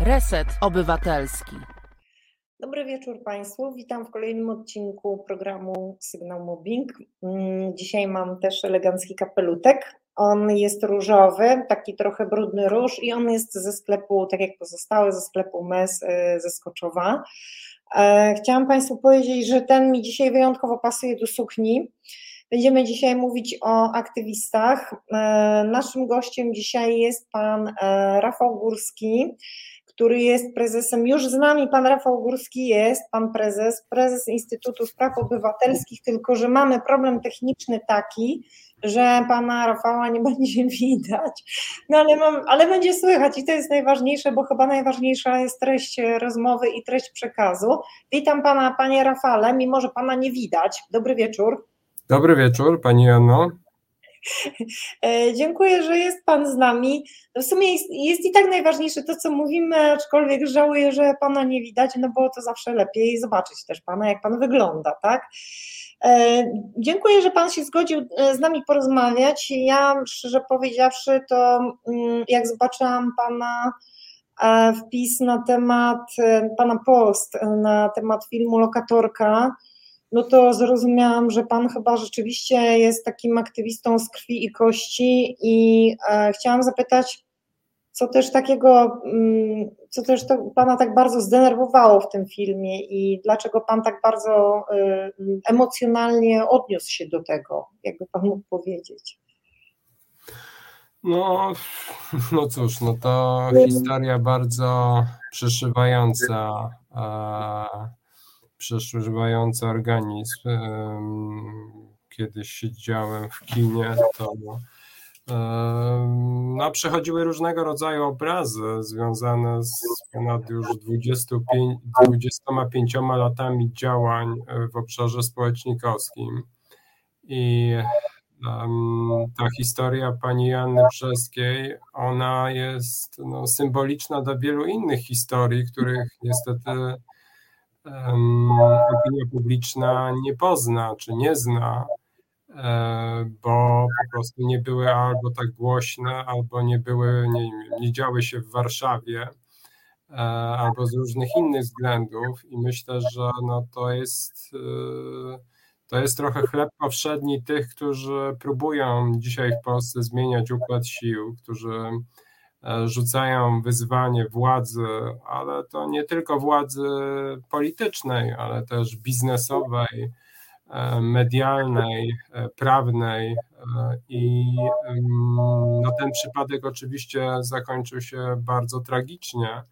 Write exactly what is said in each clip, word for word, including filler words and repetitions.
Reset Obywatelski. Dobry wieczór Państwu. Witam w kolejnym odcinku programu Sygnał Mobbing. Dzisiaj mam też elegancki kapelutek. On jest różowy, taki trochę brudny róż i on jest ze sklepu, tak jak pozostałe, ze sklepu Mes ze Skoczowa. Chciałam Państwu powiedzieć, że ten mi dzisiaj wyjątkowo pasuje do sukni. Będziemy dzisiaj mówić o aktywistach. Naszym gościem dzisiaj jest pan Rafał Górski, który jest prezesem, już z nami pan Rafał Górski jest, pan prezes, prezes Instytutu Spraw Obywatelskich, tylko że mamy problem techniczny taki, że pana Rafała nie będzie widać, no ale, mam, ale będzie słychać i to jest najważniejsze, bo chyba najważniejsza jest treść rozmowy i treść przekazu. Witam pana, panie Rafale, mimo że pana nie widać. Dobry wieczór. Dobry wieczór, pani Joanno. Dziękuję, że jest pan z nami. W sumie jest, jest i tak najważniejsze to, co mówimy, aczkolwiek żałuję, że pana nie widać, no bo to zawsze lepiej zobaczyć też pana, jak pan wygląda, tak? Dziękuję, że pan się zgodził z nami porozmawiać. Ja, szczerze powiedziawszy, to jak zobaczyłam pana wpis na temat, pana post na temat filmu Lokatorka, no to zrozumiałam, że pan chyba rzeczywiście jest takim aktywistą z krwi i kości i e, chciałam zapytać, co też takiego, co też to pana tak bardzo zdenerwowało w tym filmie i dlaczego pan tak bardzo e, emocjonalnie odniósł się do tego, jakby pan mógł powiedzieć. No, no cóż, no to historia bardzo przeszywająca, e, przeżywający organizm. Kiedyś siedziałem w kinie, to no, przechodziły różnego rodzaju obrazy związane z ponad już dwudziestoma pięcioma latami działań w obszarze społecznikowskim. I um, ta historia pani Joanny Brzeskiej, ona jest no, symboliczna dla wielu innych historii, których niestety Um, opinia publiczna nie pozna czy nie zna, e, bo po prostu nie były albo tak głośne, albo nie były, nie, nie działy się w Warszawie, e, albo z różnych innych względów i myślę, że no to jest e, to jest trochę chleb powszedni tych, którzy próbują dzisiaj w Polsce zmieniać układ sił, którzy rzucają wyzwanie władzy, ale to nie tylko władzy politycznej, ale też biznesowej, medialnej, prawnej i no, ten przypadek oczywiście zakończył się bardzo tragicznie.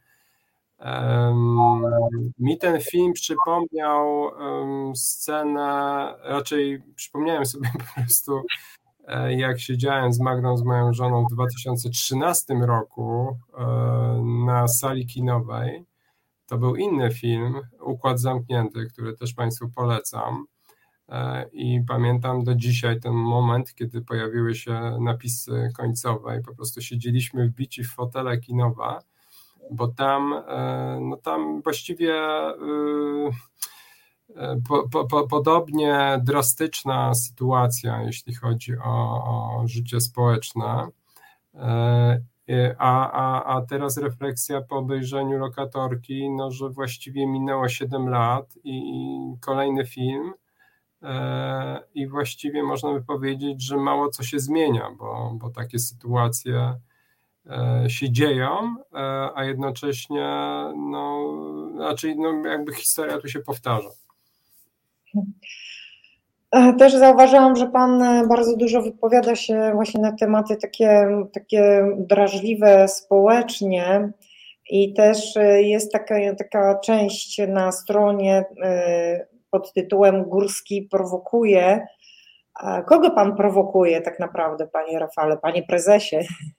Mi ten film przypomniał scenę, raczej przypomniałem sobie po prostu, jak siedziałem z Magdą, z moją żoną w dwa tysiące trzynastym roku na sali kinowej. To był inny film, Układ Zamknięty, który też Państwu polecam. I pamiętam do dzisiaj ten moment, kiedy pojawiły się napisy końcowe i po prostu siedzieliśmy wbici w fotele kinowe, bo tam, no tam właściwie Po, po, po, podobnie drastyczna sytuacja, jeśli chodzi o, o życie społeczne, a, a, a teraz refleksja po obejrzeniu Lokatorki, no, że właściwie minęło siedem lat i, i kolejny film i właściwie można by powiedzieć, że mało co się zmienia, bo, bo takie sytuacje się dzieją, a jednocześnie no, znaczy, no, jakby historia tu się powtarza. Też zauważyłam, że pan bardzo dużo wypowiada się właśnie na tematy takie, takie drażliwe społecznie i też jest taka, taka część na stronie pod tytułem Górski prowokuje. Kogo pan prowokuje tak naprawdę, panie Rafale, panie prezesie?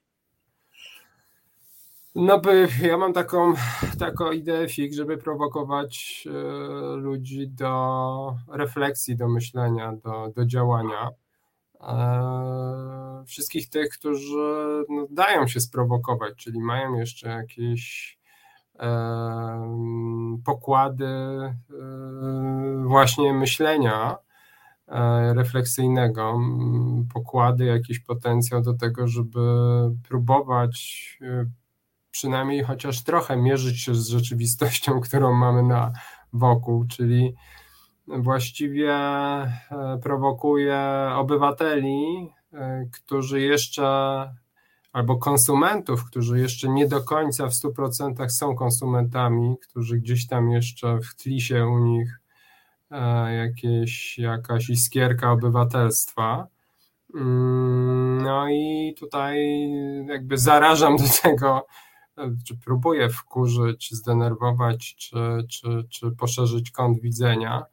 No, ja mam taką, taką ideę fix, żeby prowokować ludzi do refleksji, do myślenia, do, do działania. Wszystkich tych, którzy no, dają się sprowokować, czyli mają jeszcze jakieś pokłady właśnie myślenia refleksyjnego, pokłady, jakiś potencjał do tego, żeby próbować przynajmniej chociaż trochę mierzyć się z rzeczywistością, którą mamy na wokół, czyli właściwie prowokuje obywateli, którzy jeszcze, albo konsumentów, którzy jeszcze nie do końca w stu procentach są konsumentami, którzy gdzieś tam jeszcze w tli się u nich jakieś, jakaś iskierka obywatelstwa. No i tutaj jakby zarażam do tego, czy próbuję wkurzyć, zdenerwować, czy, czy, czy poszerzyć kąt widzenia,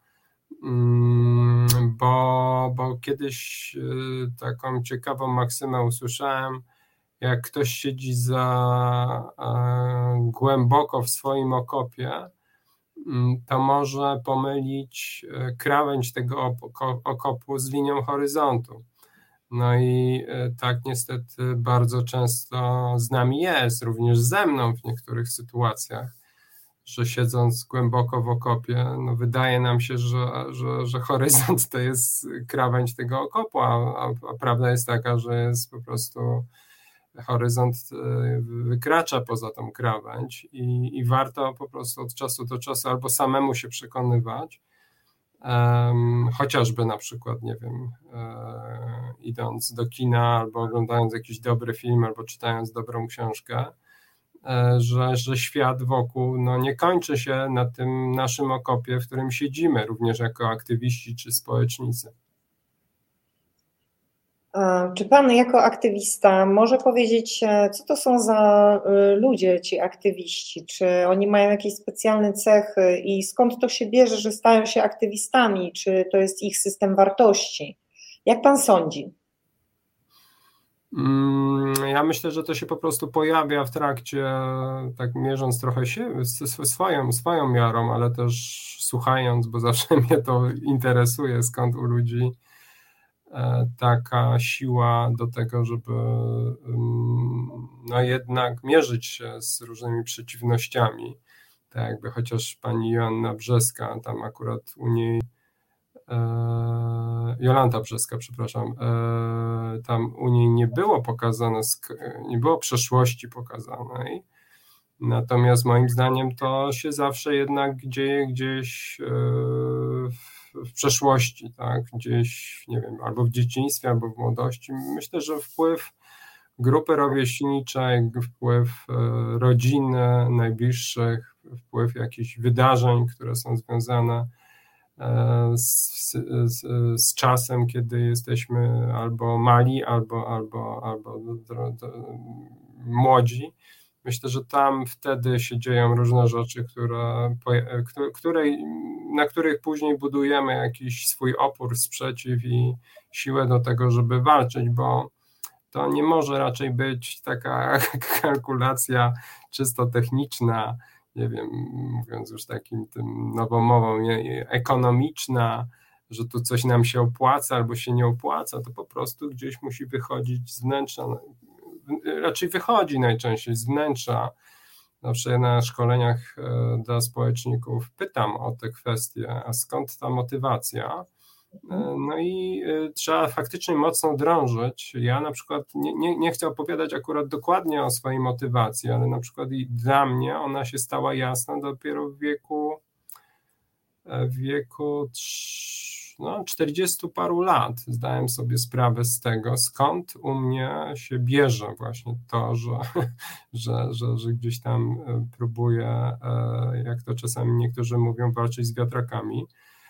bo, bo kiedyś taką ciekawą maksymę usłyszałem, jak ktoś siedzi za głęboko w swoim okopie, to może pomylić krawędź tego okopu z linią horyzontu. No i tak niestety bardzo często z nami jest, również ze mną w niektórych sytuacjach, że siedząc głęboko w okopie, no wydaje nam się, że, że, że horyzont to jest krawędź tego okopu, a, a prawda jest taka, że jest po prostu horyzont wykracza poza tą krawędź i, i warto po prostu od czasu do czasu albo samemu się przekonywać, Um, chociażby na przykład, nie wiem, e, idąc do kina albo oglądając jakiś dobry film albo czytając dobrą książkę, e, że, że świat wokół no, nie kończy się na tym naszym okopie, w którym siedzimy, również jako aktywiści czy społecznicy. Czy pan jako aktywista może powiedzieć, co to są za ludzie, ci aktywiści? Czy oni mają jakieś specjalne cechy i skąd to się bierze, że stają się aktywistami? Czy to jest ich system wartości? Jak pan sądzi? Ja myślę, że to się po prostu pojawia w trakcie, tak mierząc trochę się swoją, swoją miarą, ale też słuchając, bo zawsze mnie to interesuje, skąd u ludzi taka siła do tego, żeby no jednak mierzyć się z różnymi przeciwnościami. Tak jakby chociaż pani Joanna Brzeska, tam akurat u niej e, Jolanta Brzeska, przepraszam, e, tam u niej nie było pokazane, nie było przeszłości pokazanej, natomiast moim zdaniem to się zawsze jednak dzieje gdzieś e, w przeszłości, tak, gdzieś, nie wiem, albo w dzieciństwie, albo w młodości. Myślę, że wpływ grupy rówieśniczej, wpływ rodziny najbliższych, wpływ jakichś wydarzeń, które są związane z, z, z czasem, kiedy jesteśmy albo mali, albo, albo, albo do, do, młodzi. Myślę, że tam wtedy się dzieją różne rzeczy, które, które, na których później budujemy jakiś swój opór, sprzeciw i siłę do tego, żeby walczyć, bo to nie może raczej być taka kalkulacja czysto techniczna, nie wiem, mówiąc już takim tym nowomową, ekonomiczna, że tu coś nam się opłaca albo się nie opłaca, to po prostu gdzieś musi wychodzić z wnętrza, raczej wychodzi najczęściej z wnętrza. Zawsze na szkoleniach dla społeczników pytam o te kwestie, a skąd ta motywacja? No i trzeba faktycznie mocno drążyć. Ja na przykład nie, nie, nie chcę opowiadać akurat dokładnie o swojej motywacji, ale na przykład i dla mnie ona się stała jasna dopiero w wieku w wieku no, czterdziestu paru lat. Zdałem sobie sprawę z tego, skąd u mnie się bierze właśnie to, że, że, że, że gdzieś tam próbuję, jak to czasami niektórzy mówią, walczyć z wiatrakami.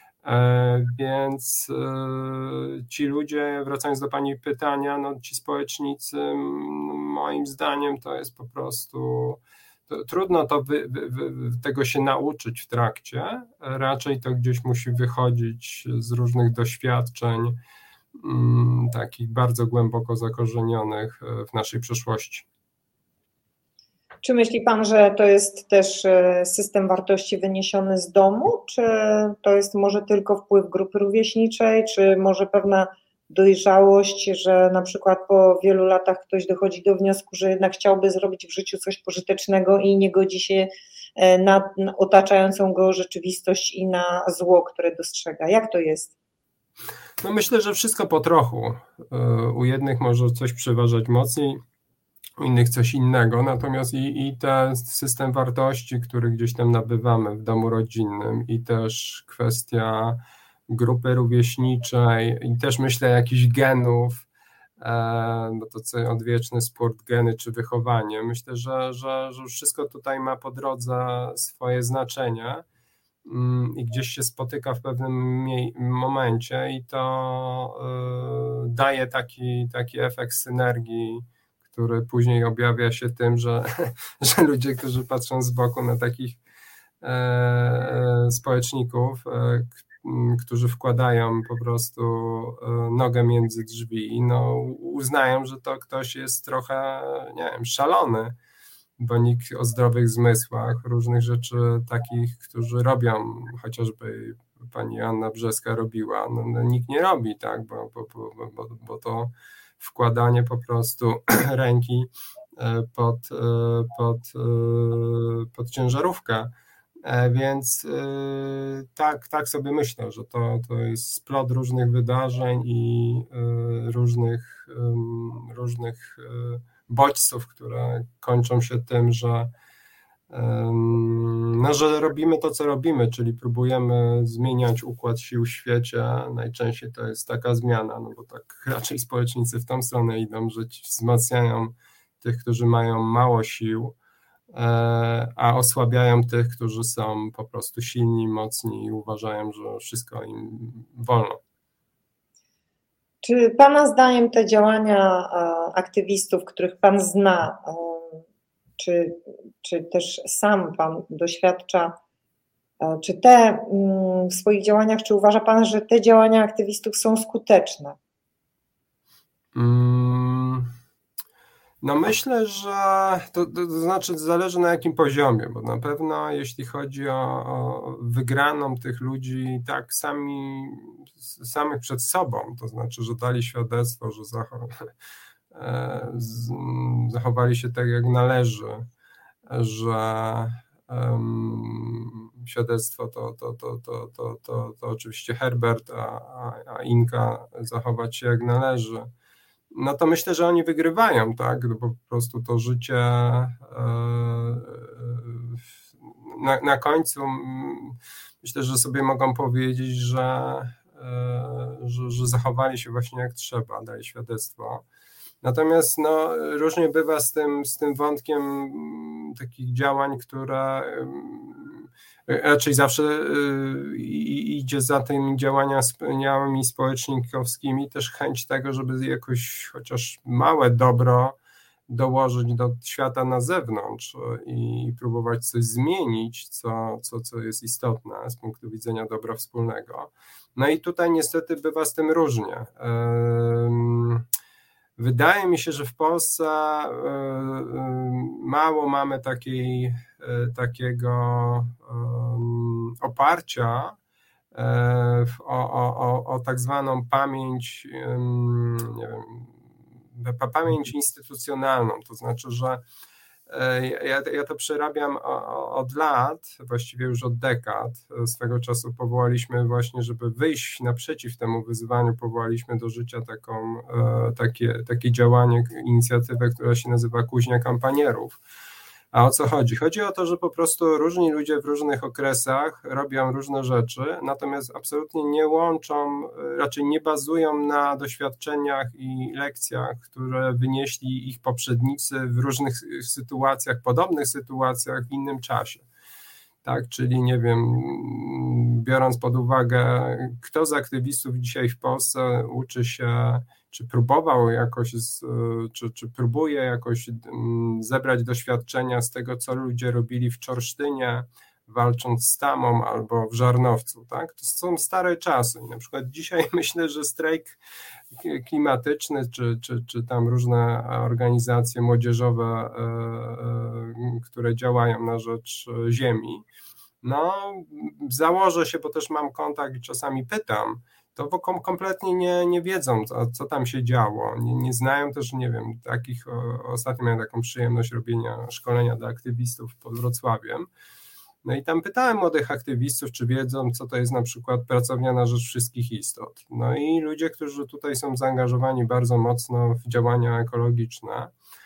Więc ci ludzie, wracając do pani pytania, no ci społecznicy, moim zdaniem to jest po prostu, to, trudno to wy, wy, wy, tego się nauczyć w trakcie, raczej to gdzieś musi wychodzić z różnych doświadczeń, m, takich bardzo głęboko zakorzenionych w naszej przeszłości. Czy myśli pan, że to jest też system wartości wyniesiony z domu, czy to jest może tylko wpływ grupy rówieśniczej, czy może pewna dojrzałość, że na przykład po wielu latach ktoś dochodzi do wniosku, że jednak chciałby zrobić w życiu coś pożytecznego i nie godzi się na, na otaczającą go rzeczywistość i na zło, które dostrzega. Jak to jest? No myślę, że wszystko po trochu. U jednych może coś przeważać mocniej, u innych coś innego, natomiast i, i ten system wartości, który gdzieś tam nabywamy w domu rodzinnym i też kwestia grupy rówieśniczej i też myślę jakichś genów, no to co odwieczny sport, geny czy wychowanie. Myślę, że, że, że wszystko tutaj ma po drodze swoje znaczenie i gdzieś się spotyka w pewnym momencie i to daje taki, taki efekt synergii, który później objawia się tym, że, że ludzie, którzy patrzą z boku na takich społeczników, którzy wkładają po prostu nogę między drzwi, no uznają, że to ktoś jest trochę, nie wiem, szalony, bo nikt o zdrowych zmysłach, różnych rzeczy takich, którzy robią, chociażby pani Anna Brzeska robiła, no, no nikt nie robi, tak, bo, bo, bo, bo to wkładanie po prostu ręki pod, pod, pod ciężarówkę. Więc tak, tak sobie myślę, że to, to jest splot różnych wydarzeń i różnych, różnych bodźców, które kończą się tym, że, no, że robimy to, co robimy, czyli próbujemy zmieniać układ sił w świecie. Najczęściej to jest taka zmiana, no bo tak raczej społecznicy w tą stronę idą, że wzmacniają tych, którzy mają mało sił, a osłabiają tych, którzy są po prostu silni, mocni i uważają, że wszystko im wolno. Czy Pana zdaniem te działania aktywistów, których Pan zna, czy, czy też sam Pan doświadcza, czy te w swoich działaniach, czy uważa Pan, że te działania aktywistów są skuteczne? Hmm. No myślę, że to, to, to znaczy zależy na jakim poziomie, bo na pewno jeśli chodzi o, o wygraną tych ludzi tak sami, samych przed sobą, to znaczy, że dali świadectwo, że zachowali się tak jak należy, że um, świadectwo to, to, to, to, to, to, to oczywiście Herbert, a, a Inka zachować się jak należy. No to myślę, że oni wygrywają, tak, bo po prostu to życie na, na końcu myślę, że sobie mogą powiedzieć, że, że, że zachowali się właśnie jak trzeba, dali świadectwo. Natomiast no, różnie bywa z tym, z tym wątkiem takich działań, które raczej zawsze idzie za tymi działaniami społecznikowskimi też chęć tego, żeby jakoś chociaż małe dobro dołożyć do świata na zewnątrz i próbować coś zmienić, co, co, co jest istotne z punktu widzenia dobra wspólnego. No i tutaj niestety bywa z tym różnie. Wydaje mi się, że w Polsce mało mamy takiej, takiego oparcia o, o, o tak zwaną pamięć, nie wiem, pamięć instytucjonalną, to znaczy, że ja, ja to przerabiam od lat, właściwie już od dekad. Swego czasu powołaliśmy właśnie, żeby wyjść naprzeciw temu wyzwaniu, powołaliśmy do życia taką, takie, takie działanie, inicjatywę, która się nazywa Kuźnia Kampanierów. A o co chodzi? Chodzi o to, że po prostu różni ludzie w różnych okresach robią różne rzeczy, natomiast absolutnie nie łączą, raczej nie bazują na doświadczeniach i lekcjach, które wynieśli ich poprzednicy w różnych sytuacjach, podobnych sytuacjach w innym czasie. Tak, czyli nie wiem, biorąc pod uwagę, kto z aktywistów dzisiaj w Polsce uczy się, czy próbował jakoś, z, czy, czy próbuje jakoś zebrać doświadczenia z tego, co ludzie robili w Czorsztynie, walcząc z tamą albo w Żarnowcu, tak? To są stare czasy. Na przykład dzisiaj myślę, że strajk klimatyczny, czy, czy, czy tam różne organizacje młodzieżowe, które działają na rzecz ziemi, no założę się, bo też mam kontakt i czasami pytam, to kompletnie nie, nie wiedzą, co, co tam się działo, nie, nie znają też, nie wiem, takich, ostatnio miałem taką przyjemność robienia szkolenia dla aktywistów pod Wrocławiem, no i tam pytałem młodych aktywistów, czy wiedzą, co to jest na przykład pracownia na rzecz wszystkich istot, no i ludzie, którzy tutaj są zaangażowani bardzo mocno w działania ekologiczne,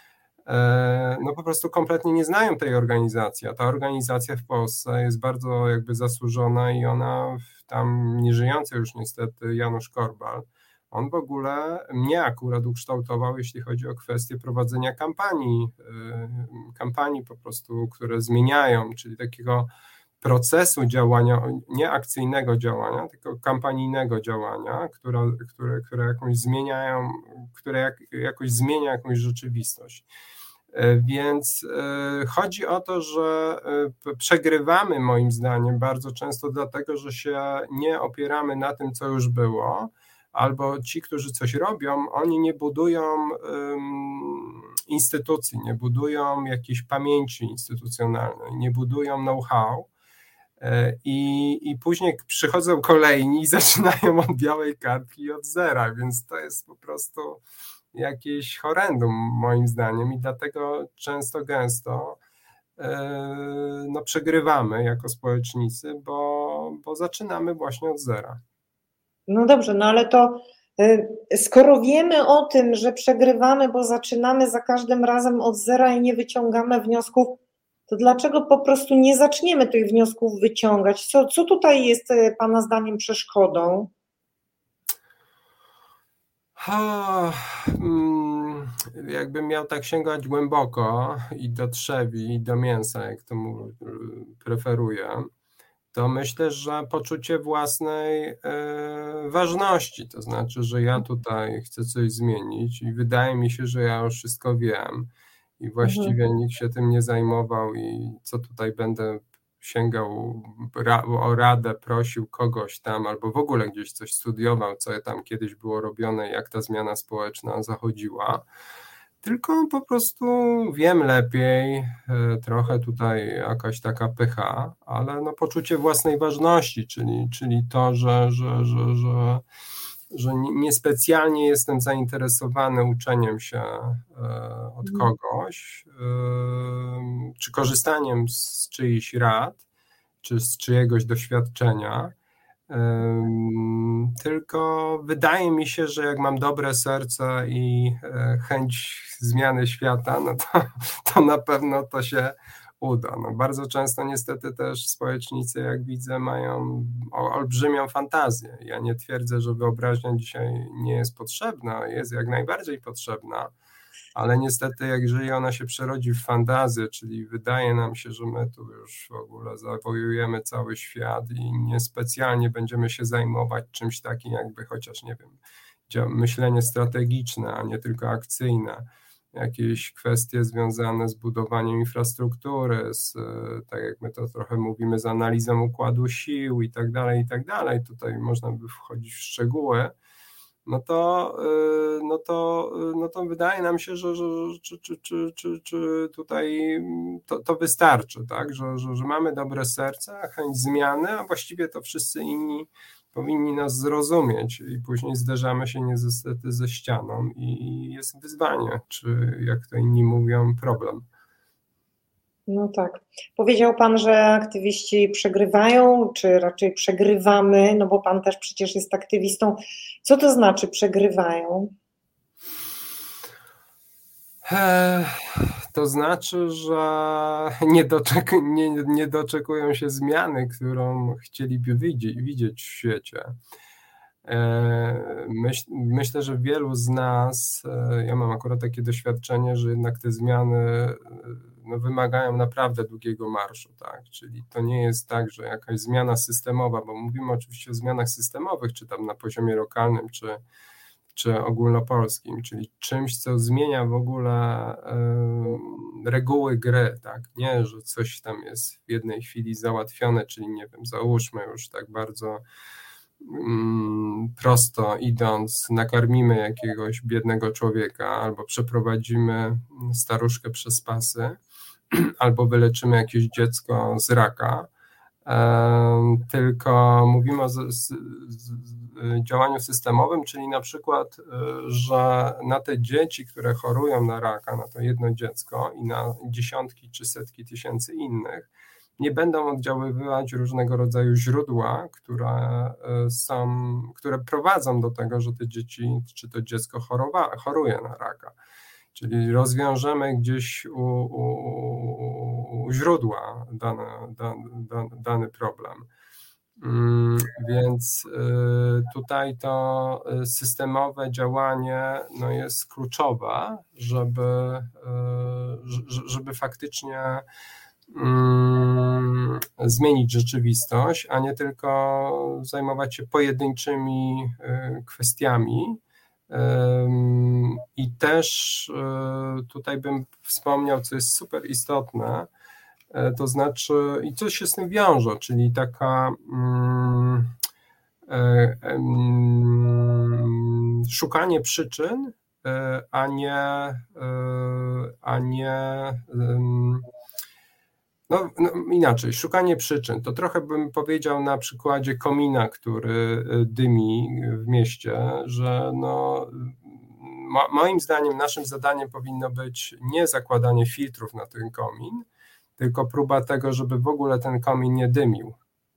no po prostu kompletnie nie znają tej organizacji, a ta organizacja w Polsce jest bardzo jakby zasłużona i ona tam nieżyjący już niestety Janusz Korbal, on w ogóle mnie akurat ukształtował, jeśli chodzi o kwestię prowadzenia kampanii, kampanii po prostu, które zmieniają, czyli takiego procesu działania, nie akcyjnego działania, tylko kampanijnego działania, które, które, które jakoś zmieniają, które jak, jakoś zmienia jakąś rzeczywistość. Więc chodzi o to, że przegrywamy moim zdaniem bardzo często dlatego, że się nie opieramy na tym, co już było, albo ci, którzy coś robią, oni nie budują um, instytucji, nie budują jakiejś pamięci instytucjonalnej, nie budują know-how i, i później przychodzą kolejni i zaczynają od białej kartki i od zera, więc to jest po prostu jakieś horrendum moim zdaniem i dlatego często, gęsto no, przegrywamy jako społecznicy, bo, bo zaczynamy właśnie od zera. No dobrze, no ale to skoro wiemy o tym, że przegrywamy, bo zaczynamy za każdym razem od zera i nie wyciągamy wniosków, to dlaczego po prostu nie zaczniemy tych wniosków wyciągać? Co, co tutaj jest Pana zdaniem przeszkodą? Ha, hmm, jakbym miał tak sięgać głęboko i do trzewi, i do mięsa, jak to mu preferuję, to myślę, że poczucie własnej e, ważności, to znaczy, że ja tutaj chcę coś zmienić i wydaje mi się, że ja już wszystko wiem i właściwie mhm. nikt się tym nie zajmował i co tutaj będę sięgał ra, o radę, prosił kogoś tam albo w ogóle gdzieś coś studiował, co tam kiedyś było robione, jak ta zmiana społeczna zachodziła. Tylko po prostu wiem lepiej, trochę tutaj jakaś taka pycha, ale no poczucie własnej ważności, czyli, czyli to, że, że, że, że, że niespecjalnie jestem zainteresowany uczeniem się od kogoś, czy korzystaniem z czyichś rad, czy z czyjegoś doświadczenia, tylko wydaje mi się, że jak mam dobre serce i chęć zmiany świata, no to, to na pewno to się uda. No bardzo często niestety też społecznicy, jak widzę, mają olbrzymią fantazję. Ja nie twierdzę, że wyobraźnia dzisiaj nie jest potrzebna, jest jak najbardziej potrzebna, ale niestety jak jeżeli ona się przerodzi w fantazję, czyli wydaje nam się, że my tu już w ogóle zawojujemy cały świat i niespecjalnie będziemy się zajmować czymś takim jakby chociaż, nie wiem, myślenie strategiczne, a nie tylko akcyjne, jakieś kwestie związane z budowaniem infrastruktury, z, tak jak my to trochę mówimy, z analizą układu sił i tak dalej, i tak dalej, tutaj można by wchodzić w szczegóły, no to, no to, no to wydaje nam się, że, że, że czy, czy, czy, czy tutaj to, to wystarczy, tak? Że, że, że mamy dobre serce, chęć zmiany, a właściwie to wszyscy inni powinni nas zrozumieć i później zderzamy się niestety ze ścianą i jest wyzwanie, czy jak to inni mówią, problem. No tak. Powiedział Pan, że aktywiści przegrywają, czy raczej przegrywamy, no bo Pan też przecież jest aktywistą. Co to znaczy przegrywają? To znaczy, że nie, doczek- nie, nie doczekują się zmiany, którą chcieliby widzieć, widzieć w świecie. Myśl, myślę, że wielu z nas, ja mam akurat takie doświadczenie, że jednak te zmiany no, wymagają naprawdę długiego marszu, tak? Czyli to nie jest tak, że jakaś zmiana systemowa, bo mówimy oczywiście o zmianach systemowych, czy tam na poziomie lokalnym, czy, czy ogólnopolskim, czyli czymś, co zmienia w ogóle y, reguły gry, tak? Nie, że coś tam jest w jednej chwili załatwione, czyli nie wiem, załóżmy już tak bardzo prosto idąc, nakarmimy jakiegoś biednego człowieka albo przeprowadzimy staruszkę przez pasy, albo wyleczymy jakieś dziecko z raka, tylko mówimy o z, z, z działaniu systemowym, czyli na przykład, że na te dzieci, które chorują na raka, na to jedno dziecko i na dziesiątki czy setki tysięcy innych, nie będą oddziaływać różnego rodzaju źródła, które są, które prowadzą do tego, że te dzieci czy to dziecko chorowa, choruje na raka. czyli rozwiążemy gdzieś u, u, u źródła dane, dany, dany problem. Więc tutaj to systemowe działanie no jest kluczowe, żeby, żeby faktycznie zmienić rzeczywistość, a nie tylko zajmować się pojedynczymi kwestiami. I też tutaj bym wspomniał, co jest super istotne, to znaczy, i coś się z tym wiąże, czyli taka um, um, szukanie przyczyn, a nie, a nie um, no, no inaczej, szukanie przyczyn. To trochę bym powiedział na przykładzie komina, który dymi w mieście, że no, mo, moim zdaniem naszym zadaniem powinno być nie zakładanie filtrów na ten komin, tylko próba tego, żeby w ogóle ten komin nie dymił.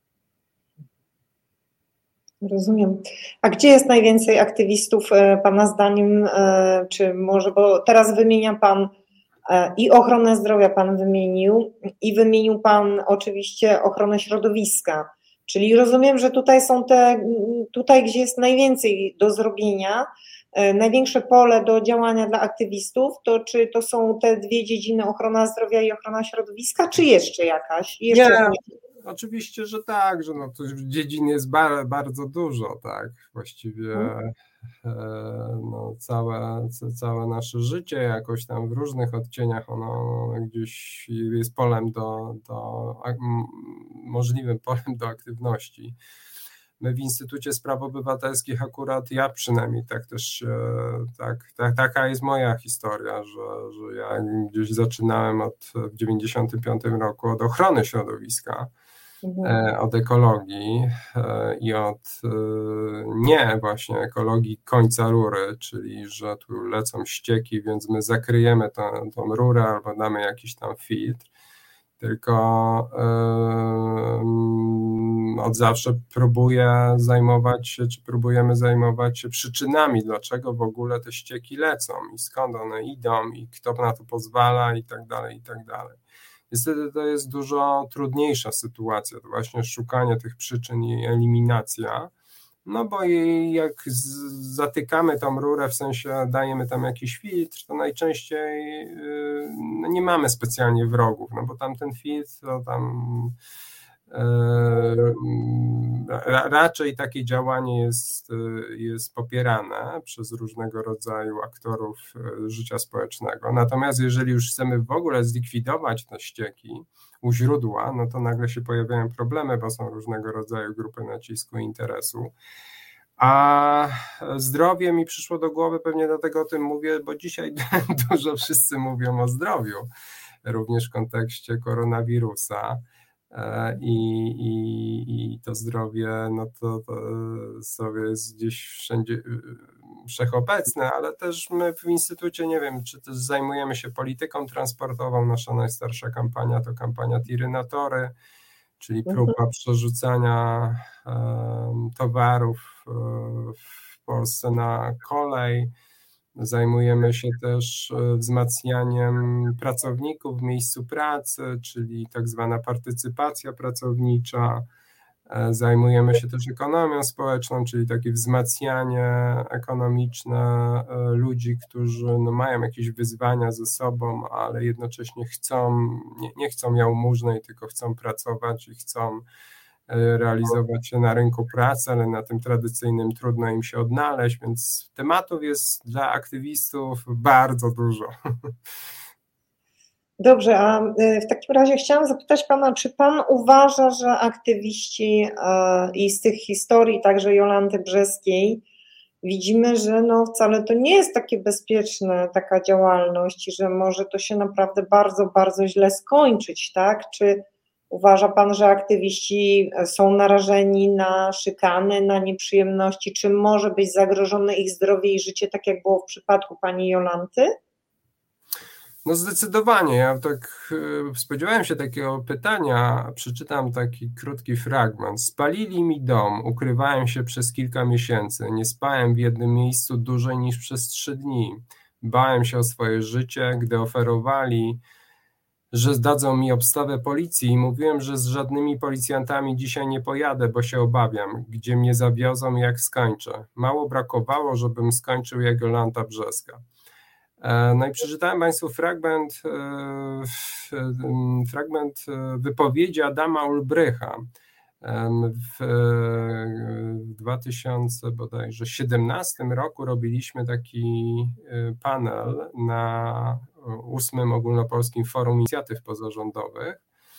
Rozumiem. A gdzie jest najwięcej aktywistów Pana zdaniem, czy może, bo teraz wymienia Pan i ochronę zdrowia Pan wymienił, i wymienił Pan oczywiście ochronę środowiska, czyli rozumiem, że tutaj są te, tutaj gdzie jest najwięcej do zrobienia, największe pole do działania dla aktywistów, to czy to są te dwie dziedziny, ochrona zdrowia i ochrona środowiska, czy jeszcze jakaś? Jeszcze Nie, oczywiście, że tak, że no, dziedzin jest bar, bardzo dużo, tak, właściwie hmm. no, całe, całe nasze życie jakoś tam w różnych odcieniach ono gdzieś jest polem do, do możliwym polem do aktywności. My w Instytucie Spraw Obywatelskich akurat, ja przynajmniej tak też, tak, tak, taka jest moja historia, że, że ja gdzieś zaczynałem od, w dziewięćdziesiątym piątym roku od ochrony środowiska, mhm. od ekologii i od nie właśnie ekologii końca rury, czyli że tu lecą ścieki, więc my zakryjemy tą, tą rurę albo damy jakiś tam filtr, tylko yy, od zawsze próbuję zajmować się, czy próbujemy zajmować się przyczynami, dlaczego w ogóle te ścieki lecą i skąd one idą i kto na to pozwala i tak dalej, i tak dalej. Niestety to jest dużo trudniejsza sytuacja, to właśnie szukanie tych przyczyn i eliminacja, no bo jak zatykamy tą rurę, w sensie dajemy tam jakiś filtr, to najczęściej no nie mamy specjalnie wrogów, no bo tam ten filtr, to tam raczej takie działanie jest, jest popierane przez różnego rodzaju aktorów życia społecznego. Natomiast jeżeli już chcemy w ogóle zlikwidować te ścieki u źródła, no to nagle się pojawiają problemy, bo są różnego rodzaju grupy nacisku i interesu. A zdrowie mi przyszło do głowy, pewnie dlatego o tym mówię, bo dzisiaj dużo wszyscy mówią o zdrowiu, również w kontekście koronawirusa. I, i, i to zdrowie, no to, to zdrowie jest gdzieś wszędzie wszechobecne, ale też my w Instytucie, nie wiem, czy też zajmujemy się polityką transportową. Nasza najstarsza kampania to kampania Tiry na tory, czyli próba przerzucania um, towarów um, w Polsce na kolej. Zajmujemy się też wzmacnianiem pracowników w miejscu pracy, czyli tak zwana partycypacja pracownicza. Zajmujemy się też ekonomią społeczną, czyli takie wzmacnianie ekonomiczne ludzi, którzy no mają jakieś wyzwania ze sobą, ale jednocześnie chcą, nie, nie chcą jałmużnej, tylko chcą pracować i chcą realizować się na rynku pracy, ale na tym tradycyjnym trudno im się odnaleźć, więc tematów jest dla aktywistów bardzo dużo. Dobrze, a w takim razie chciałam zapytać Pana, czy Pan uważa, że aktywiści i z tych historii, także Jolanty Brzeskiej, widzimy, że no wcale to nie jest takie bezpieczne, taka działalność i że może to się naprawdę bardzo, bardzo źle skończyć, tak? Czy uważa Pan, że aktywiści są narażeni na szykany, na nieprzyjemności? Czy może być zagrożone ich zdrowie i życie, tak jak było w przypadku Pani Jolanty? No zdecydowanie. Ja tak spodziewałem się takiego pytania. Przeczytam taki krótki fragment. Spalili mi dom, ukrywałem się przez kilka miesięcy. Nie spałem w jednym miejscu dłużej niż przez trzy dni. bałem się o swoje życie, gdy oferowali, że zdadzą mi obstawę policji i mówiłem, że z żadnymi policjantami dzisiaj nie pojadę, bo się obawiam, gdzie mnie zawiozą i jak skończę. Mało brakowało, żebym skończył jak Jolanta Brzeska. No i przeczytałem Państwu fragment, fragment wypowiedzi Adama Ulbrycha. W dwa tysiące siedemnastym roku robiliśmy taki panel na ósmym Ogólnopolskim Forum Inicjatyw Pozarządowych.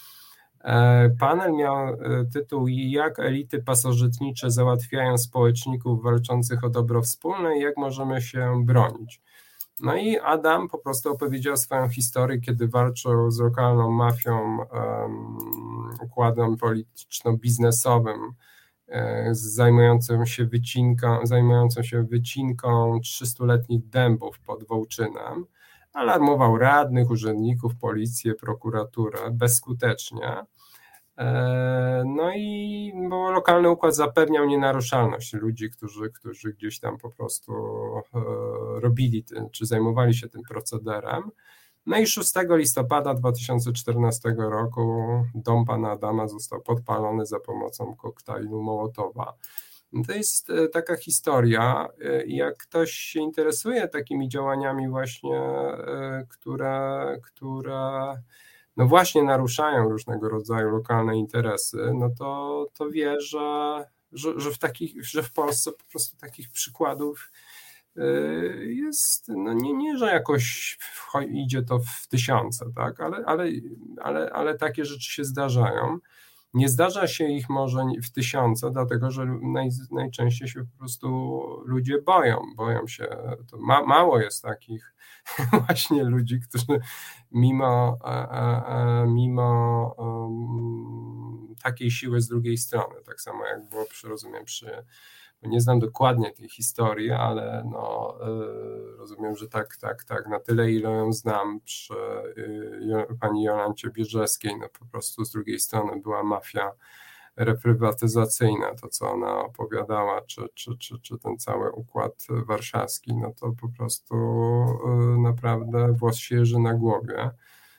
Panel miał tytuł Jak elity pasożytnicze załatwiają społeczników walczących o dobro wspólne i jak możemy się bronić. No i Adam po prostu opowiedział swoją historię, kiedy walczył z lokalną mafią, um, układem polityczno-biznesowym, um, zajmującą się wycinką, zajmującą się wycinką trzystuletnich dębów pod Wołczynem. Alarmował radnych, urzędników, policję, prokuraturę bezskutecznie. No i bo lokalny układ zapewniał nienaruszalność ludzi, którzy, którzy gdzieś tam po prostu robili, czy zajmowali się tym procederem. No i szóstego listopada dwa tysiące czternastego roku dom pana Adama został podpalony za pomocą koktajlu Mołotowa. To jest taka historia. Jak ktoś się interesuje takimi działaniami właśnie, które, które no właśnie naruszają różnego rodzaju lokalne interesy, no to, to wie, że, że, że, w takich, że w Polsce po prostu takich przykładów jest, no nie, nie że jakoś idzie to w tysiące, tak, ale, ale, ale, ale takie rzeczy się zdarzają. Nie zdarza się ich może w tysiące, dlatego że naj, najczęściej się po prostu ludzie boją, boją się, to ma, mało jest takich właśnie ludzi, którzy mimo, mimo um, takiej siły z drugiej strony, tak samo jak było przy, rozumiem, przy, nie znam dokładnie tej historii, ale no, rozumiem, że tak, tak, tak, na tyle, ile ją znam przy pani Jolancie Biebrzeskiej, no po prostu z drugiej strony była mafia reprywatyzacyjna, to co ona opowiadała, czy, czy, czy, czy ten cały układ warszawski, no to po prostu naprawdę włos się jeży na głowie.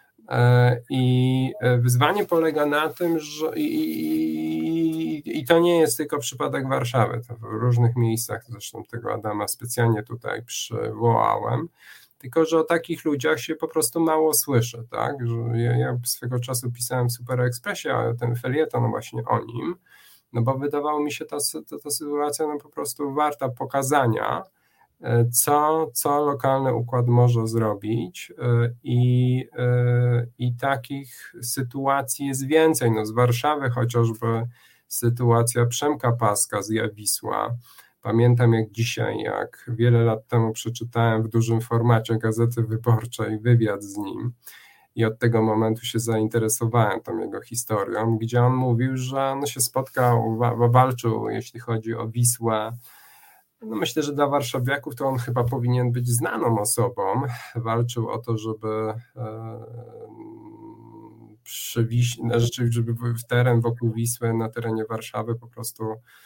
I wyzwanie polega na tym, że i, i, i to nie jest tylko przypadek Warszawy, to w różnych miejscach, zresztą tego Adama specjalnie tutaj przywołałem, tylko że o takich ludziach się po prostu mało słyszy, tak? Że ja, ja swego czasu pisałem w Super Expressie ten felieton właśnie o nim, no bo wydawało mi się ta, ta, ta sytuacja no po prostu warta pokazania, co, co lokalny układ może zrobić i, i takich sytuacji jest więcej. No z Warszawy chociażby sytuacja Przemka Paska z Jawisła. Pamiętam jak dzisiaj, jak wiele lat temu przeczytałem w dużym formacie Gazety Wyborczej wywiad z nim i od tego momentu się zainteresowałem tą jego historią, gdzie on mówił, że on się spotkał, walczył, jeśli chodzi o Wisłę. No myślę, że dla warszawiaków to on chyba powinien być znaną osobą. Walczył o to, żeby przywieźć, żeby w teren wokół Wisły, na terenie Warszawy po prostu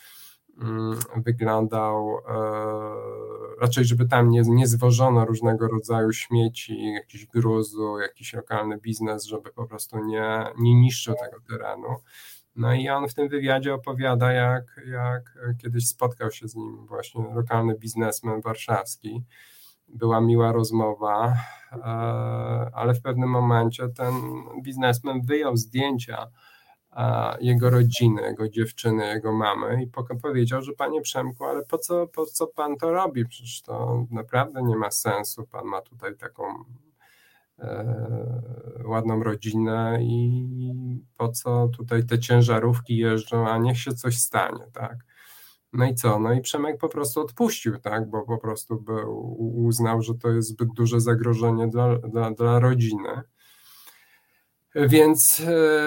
wyglądał, raczej żeby tam nie, nie zwożono różnego rodzaju śmieci, jakiś gruzu, jakiś lokalny biznes, żeby po prostu nie, nie niszczył tego terenu. No i on w tym wywiadzie opowiada, jak, jak kiedyś spotkał się z nim właśnie lokalny biznesmen warszawski. Była miła rozmowa, ale w pewnym momencie ten biznesmen wyjął zdjęcia jego rodziny, jego dziewczyny, jego mamy i powiedział, że panie Przemku, ale po co, po co pan to robi? Przecież to naprawdę nie ma sensu. Pan ma tutaj taką ładną rodzinę i po co tutaj te ciężarówki jeżdżą, a niech się coś stanie, tak? No i co? No i Przemek po prostu odpuścił, tak? Bo po prostu był, uznał, że to jest zbyt duże zagrożenie dla, dla, dla rodziny. Więc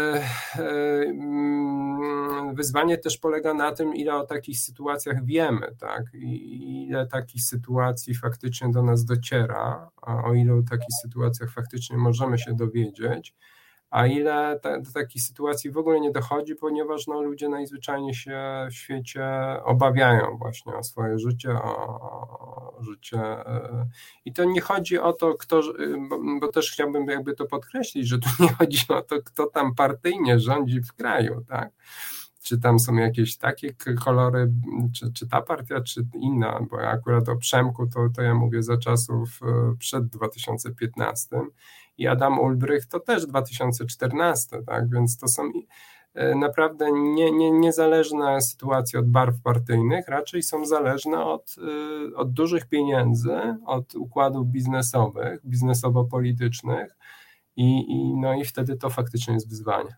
wyzwanie też polega na tym, ile o takich sytuacjach wiemy, tak? I ile takich sytuacji faktycznie do nas dociera, a o ile o takich sytuacjach faktycznie możemy się dowiedzieć, a ile ta, do takich sytuacji w ogóle nie dochodzi, ponieważ no, ludzie najzwyczajniej się w świecie obawiają właśnie o swoje życie, o, o życie. I to nie chodzi o to, kto, bo, bo też chciałbym jakby to podkreślić, że tu nie chodzi o to, kto tam partyjnie rządzi w kraju, tak? Czy tam są jakieś takie kolory, czy, czy ta partia, czy inna, bo ja akurat o Przemku to, to ja mówię za czasów przed dwa tysiące piętnastym i Adam Ulbrych to też dwa tysiące czternasty, tak, więc to są naprawdę nie, nie, niezależne sytuacje od barw partyjnych, raczej są zależne od, od dużych pieniędzy, od układów biznesowych, biznesowo-politycznych i, i, no i wtedy to faktycznie jest wyzwanie.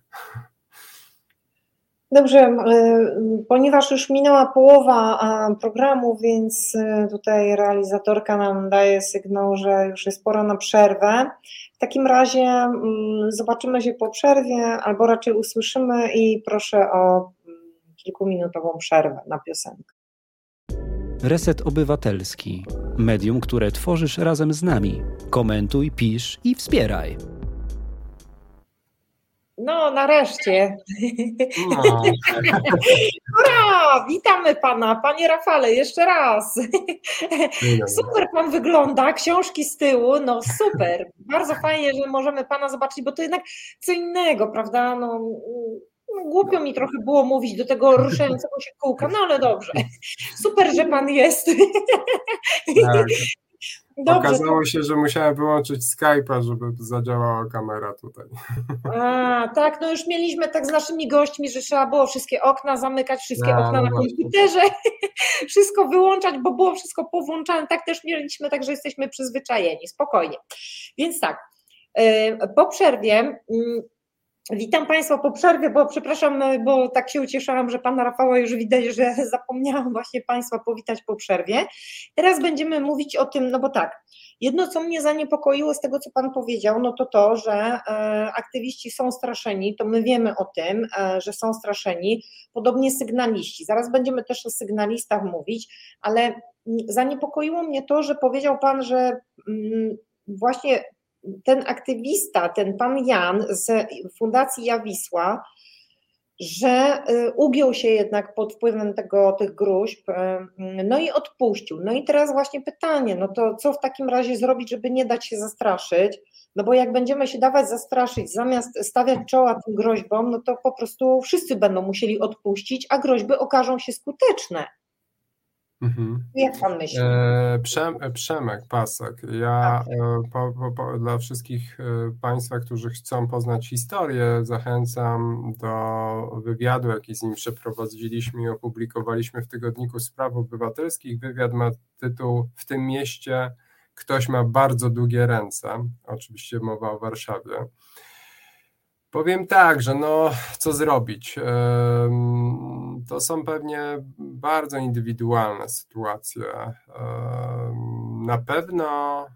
Dobrze, ponieważ już minęła połowa programu, więc tutaj realizatorka nam daje sygnał, że już jest pora na przerwę. W takim razie zobaczymy się po przerwie, albo raczej usłyszymy i proszę o kilkuminutową przerwę na piosenkę. Reset Obywatelski. Medium, które tworzysz razem z nami. Komentuj, pisz i wspieraj. No, nareszcie. No. Hurra! Witamy pana, panie Rafale, jeszcze raz. Super pan wygląda, książki z tyłu, no super. Bardzo fajnie, że możemy pana zobaczyć, bo to jednak co innego, prawda? No, głupio mi trochę było mówić do tego ruszającego się kółka, no ale dobrze. Super, że pan jest. Tak. Dobrze. Okazało się, że musiałem wyłączyć Skype'a, żeby zadziałała kamera tutaj. A, tak, no już mieliśmy tak z naszymi gośćmi, że trzeba było wszystkie okna zamykać, wszystkie A, okna no na komputerze, wszystko wyłączać, bo było wszystko powłączane. Tak też mieliśmy, także jesteśmy przyzwyczajeni, spokojnie. Więc tak, po przerwie... Witam Państwa po przerwie, bo przepraszam, bo tak się ucieszyłam, że Pana Rafała już widać, że zapomniałam właśnie Państwa powitać po przerwie. Teraz będziemy mówić o tym, no bo tak, jedno co mnie zaniepokoiło z tego, co Pan powiedział, no to to, że aktywiści są straszeni, to my wiemy o tym, że są straszeni, podobnie sygnaliści. Zaraz będziemy też o sygnalistach mówić, ale zaniepokoiło mnie to, że powiedział Pan, że właśnie ten aktywista, ten pan Jan z Fundacji Ja Wisła, że ugiął się jednak pod wpływem tego, tych gruźb, no i odpuścił. No i teraz właśnie pytanie, no to co w takim razie zrobić, żeby nie dać się zastraszyć? No bo jak będziemy się dawać zastraszyć, zamiast stawiać czoła tym groźbom, no to po prostu wszyscy będą musieli odpuścić, a groźby okażą się skuteczne. Mhm. Jak pan myśli? Przem, Przemek Pasek. Ja po, po, po, dla wszystkich Państwa, którzy chcą poznać historię, zachęcam do wywiadu, jaki z nim przeprowadziliśmy i opublikowaliśmy w Tygodniku Spraw Obywatelskich. Wywiad ma tytuł "W tym mieście ktoś ma bardzo długie ręce". Oczywiście mowa o Warszawie. Powiem tak, że no co zrobić? To są pewnie bardzo indywidualne sytuacje. Na pewno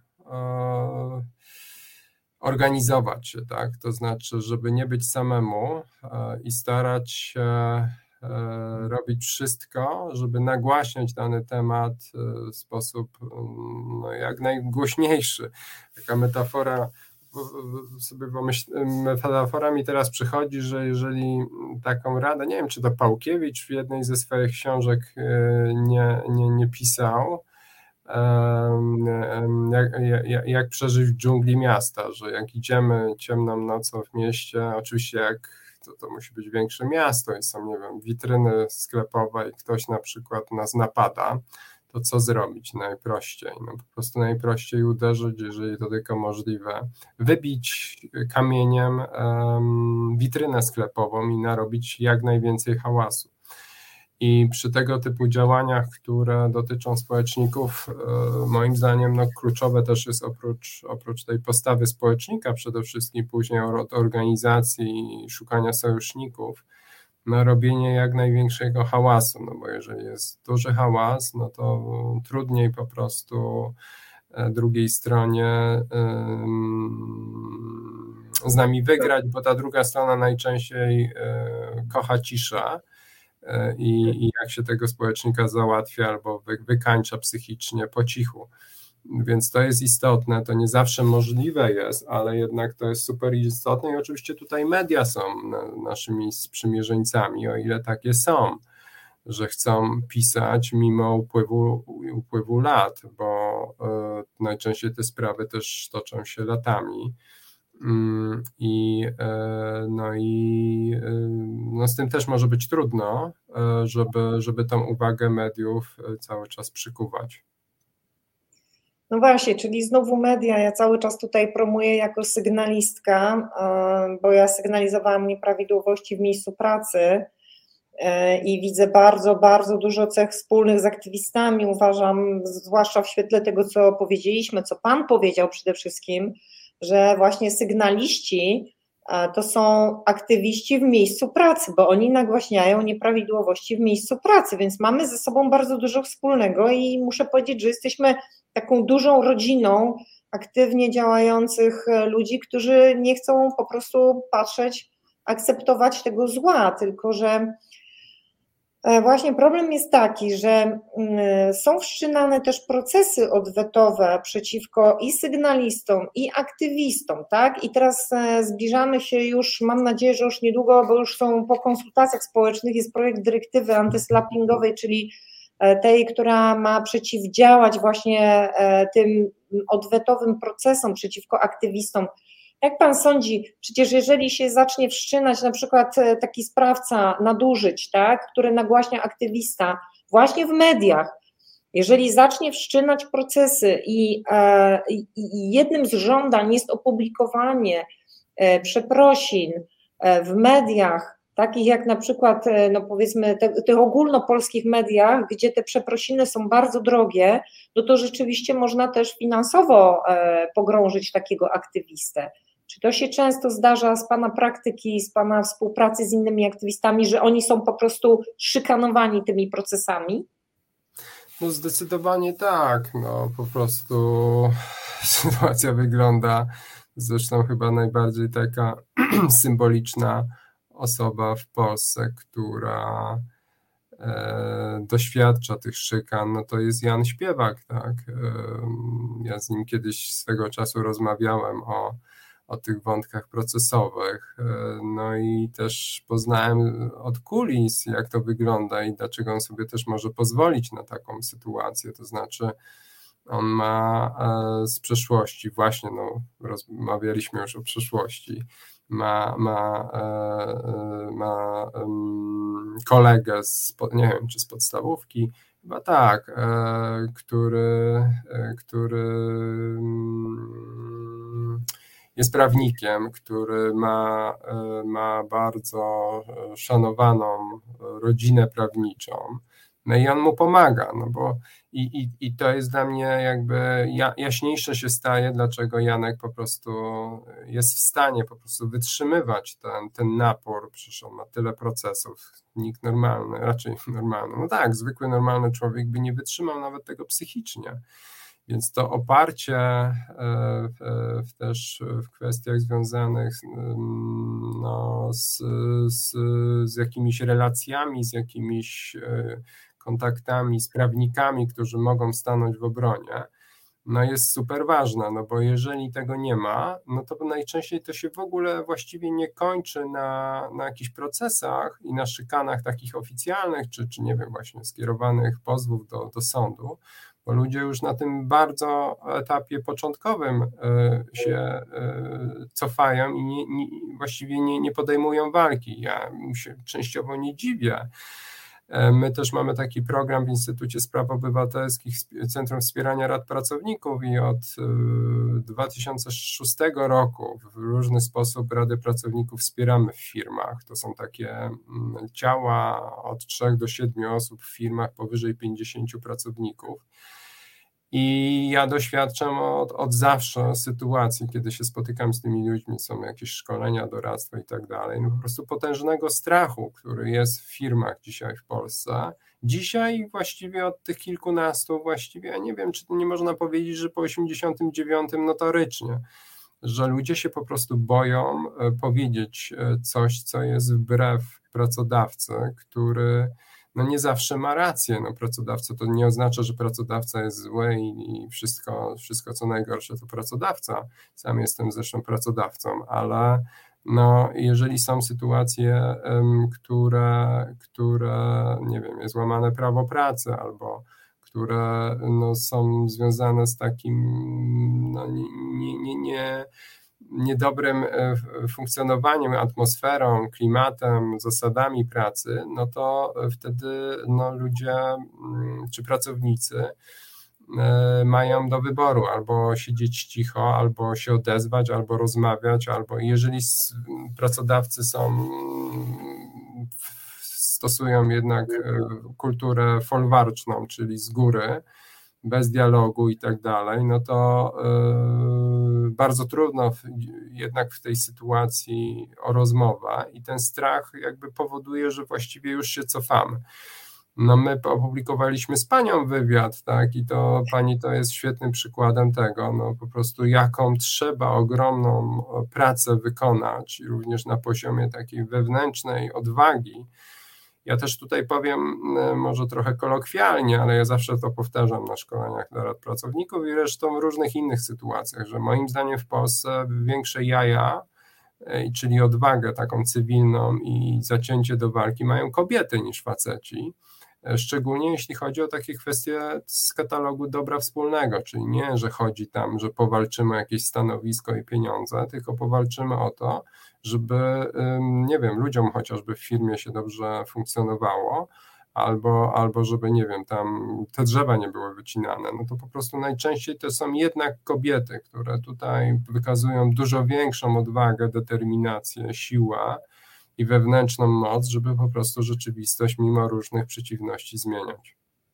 organizować się, tak? To znaczy, żeby nie być samemu i starać się robić wszystko, żeby nagłaśniać dany temat w sposób no, jak najgłośniejszy. Taka metafora sobie pomyśl, metafora mi teraz przychodzi, że jeżeli taką radę, nie wiem, czy to Pałkiewicz w jednej ze swoich książek nie, nie, nie pisał, jak, jak, jak przeżyć w dżungli miasta, że jak idziemy ciemną nocą w mieście, oczywiście jak to, to musi być większe miasto i są, nie wiem, witryny sklepowe i ktoś na przykład nas napada, to co zrobić najprościej? No po prostu najprościej uderzyć, jeżeli to tylko możliwe, wybić kamieniem um, witrynę sklepową i narobić jak najwięcej hałasu. I przy tego typu działaniach, które dotyczą społeczników, moim zdaniem no, kluczowe też jest oprócz, oprócz tej postawy społecznika, przede wszystkim później od organizacji i szukania sojuszników, na robienie jak największego hałasu, no bo jeżeli jest duży hałas, no to trudniej po prostu drugiej stronie z nami wygrać, bo ta druga strona najczęściej kocha ciszę i, i jak się tego społecznika załatwia albo wy, wykańcza psychicznie po cichu. Więc to jest istotne, to nie zawsze możliwe jest, ale jednak to jest super istotne i oczywiście tutaj media są naszymi sprzymierzeńcami, o ile takie są, że chcą pisać mimo upływu, upływu lat, bo y, najczęściej te sprawy też toczą się latami. I, no i no z tym też może być trudno, żeby, żeby tą uwagę mediów cały czas przykuwać. No właśnie, czyli znowu media, ja cały czas tutaj promuję jako sygnalistka, bo ja sygnalizowałam nieprawidłowości w miejscu pracy i widzę bardzo, bardzo dużo cech wspólnych z aktywistami, uważam, zwłaszcza w świetle tego, co powiedzieliśmy, co Pan powiedział przede wszystkim, że właśnie sygnaliści to są aktywiści w miejscu pracy, bo oni nagłaśniają nieprawidłowości w miejscu pracy, więc mamy ze sobą bardzo dużo wspólnego i muszę powiedzieć, że jesteśmy taką dużą rodziną aktywnie działających ludzi, którzy nie chcą po prostu patrzeć, akceptować tego zła, tylko że właśnie problem jest taki, że są wszczynane też procesy odwetowe przeciwko i sygnalistom, i aktywistom, tak? I teraz zbliżamy się już, mam nadzieję, że już niedługo, bo już są po konsultacjach społecznych, jest projekt dyrektywy antyslappingowej, czyli tej, która ma przeciwdziałać właśnie tym odwetowym procesom przeciwko aktywistom. Jak Pan sądzi, przecież jeżeli się zacznie wszczynać na przykład taki sprawca nadużyć, tak, który nagłaśnia aktywista właśnie w mediach, jeżeli zacznie wszczynać procesy i, i, i jednym z żądań jest opublikowanie przeprosin w mediach, takich jak na przykład, no powiedzmy, te, tych ogólnopolskich mediach, gdzie te przeprosiny są bardzo drogie, no to rzeczywiście można też finansowo pogrążyć takiego aktywistę. Czy to się często zdarza z Pana praktyki, z Pana współpracy z innymi aktywistami, że oni są po prostu szykanowani tymi procesami? No zdecydowanie tak, no po prostu sytuacja wygląda, zresztą chyba najbardziej taka symboliczna osoba w Polsce, która e, doświadcza tych szykan, no to jest Jan Śpiewak, tak. E, ja z nim kiedyś swego czasu rozmawiałem o, o tych wątkach procesowych, e, no i też poznałem od kulis, jak to wygląda i dlaczego on sobie też może pozwolić na taką sytuację, to znaczy on ma e, z przeszłości, właśnie no, rozmawialiśmy już o przeszłości, ma, ma, e, ma um, kolegę, z, nie wiem czy z podstawówki, chyba tak, e, który, e, który um, jest prawnikiem, który ma, e, ma bardzo szanowaną rodzinę prawniczą. No i on mu pomaga, no bo i, i, i to jest dla mnie jakby jaśniejsze się staje, dlaczego Janek po prostu jest w stanie po prostu wytrzymywać ten, ten napór, przecież on ma tyle procesów, nikt normalny, raczej normalny, no tak, zwykły normalny człowiek by nie wytrzymał nawet tego psychicznie, więc to oparcie w, w, też w kwestiach związanych no, z, z, z jakimiś relacjami, z jakimiś kontaktami z prawnikami, którzy mogą stanąć w obronie, no jest super ważna, no bo jeżeli tego nie ma, no to najczęściej to się w ogóle właściwie nie kończy na, na jakichś procesach i na szykanach takich oficjalnych, czy, czy nie wiem, właśnie skierowanych pozwów do, do sądu, bo ludzie już na tym bardzo etapie początkowym się cofają i nie, nie, właściwie nie, nie podejmują walki. Ja się częściowo nie dziwię. My też mamy taki program w Instytucie Spraw Obywatelskich Centrum Wspierania Rad Pracowników i od dwa tysiące szóstego roku w różny sposób Rady Pracowników wspieramy w firmach. To są takie ciała od trzech do siedmiu osób w firmach powyżej pięćdziesięciu pracowników. I ja doświadczam od, od zawsze sytuacji, kiedy się spotykam z tymi ludźmi, są jakieś szkolenia, doradztwo i tak dalej, no po prostu potężnego strachu, który jest w firmach dzisiaj w Polsce. Dzisiaj właściwie od tych kilkunastu, właściwie ja nie wiem, czy to nie można powiedzieć, że po osiemdziesiątym dziewiątym notorycznie, że ludzie się po prostu boją powiedzieć coś, co jest wbrew pracodawcy, który no nie zawsze ma rację. No pracodawca to nie oznacza, że pracodawca jest zły i, i wszystko, wszystko co najgorsze to pracodawca. Sam jestem zresztą pracodawcą, ale no jeżeli są sytuacje, um, które, które, nie wiem, jest łamane prawo pracy albo które no, są związane z takim no, nie, nie, nie, nie niedobrym funkcjonowaniem, atmosferą, klimatem, zasadami pracy, no to wtedy no, ludzie czy pracownicy mają do wyboru albo siedzieć cicho, albo się odezwać, albo rozmawiać, albo jeżeli pracodawcy są stosują jednak kulturę folwarczną, czyli z góry, bez dialogu i tak dalej, no to yy, bardzo trudno w, jednak w tej sytuacji o rozmowę i ten strach jakby powoduje, że właściwie już się cofamy. No my opublikowaliśmy z panią wywiad, tak, i to pani to jest świetnym przykładem tego, no po prostu jaką trzeba ogromną pracę wykonać, również na poziomie takiej wewnętrznej odwagi. Ja też tutaj powiem może trochę kolokwialnie, ale ja zawsze to powtarzam na szkoleniach dla rad pracowników i zresztą w różnych innych sytuacjach, że moim zdaniem w Polsce większe jaja, czyli odwagę taką cywilną i zacięcie do walki mają kobiety niż faceci, szczególnie jeśli chodzi o takie kwestie z katalogu dobra wspólnego, czyli nie, że chodzi tam, że powalczymy o jakieś stanowisko i pieniądze, tylko powalczymy o to, żeby, nie wiem, ludziom chociażby w firmie się dobrze funkcjonowało, albo, albo żeby, nie wiem, tam te drzewa nie były wycinane, no to po prostu najczęściej to są jednak kobiety, które tutaj wykazują dużo większą odwagę, determinację, siłę i wewnętrzną moc, żeby po prostu rzeczywistość mimo różnych przeciwności zmieniać.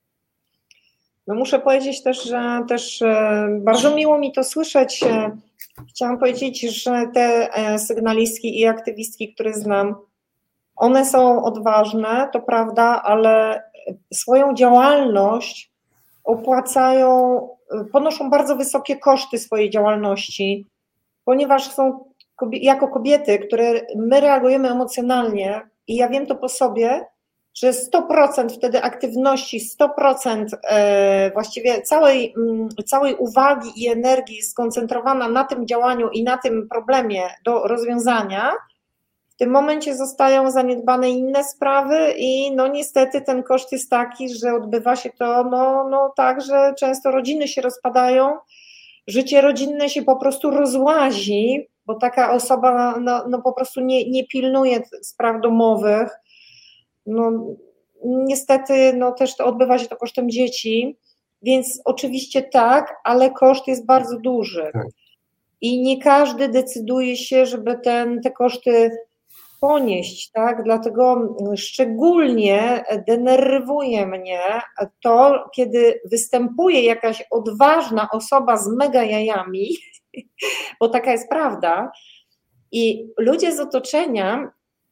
No muszę powiedzieć też, że też bardzo miło mi to słyszeć. Chciałam powiedzieć, że te sygnalistki i aktywistki, które znam, one są odważne, to prawda, ale swoją działalność opłacają, ponoszą bardzo wysokie koszty swojej działalności, ponieważ są jako kobiety, które my reagujemy emocjonalnie i ja wiem to po sobie, że sto procent wtedy aktywności, sto procent właściwie całej, całej uwagi i energii skoncentrowana na tym działaniu i na tym problemie do rozwiązania, w tym momencie zostają zaniedbane inne sprawy i no niestety ten koszt jest taki, że odbywa się to no, no tak, że często rodziny się rozpadają, życie rodzinne się po prostu rozłazi, bo taka osoba no, no po prostu nie, nie pilnuje spraw domowych. No niestety no też to odbywa się to kosztem dzieci, więc oczywiście tak, ale koszt jest bardzo duży i nie każdy decyduje się, żeby ten, te koszty ponieść, tak, dlatego szczególnie denerwuje mnie to, kiedy występuje jakaś odważna osoba z mega jajami, bo taka jest prawda i ludzie z otoczenia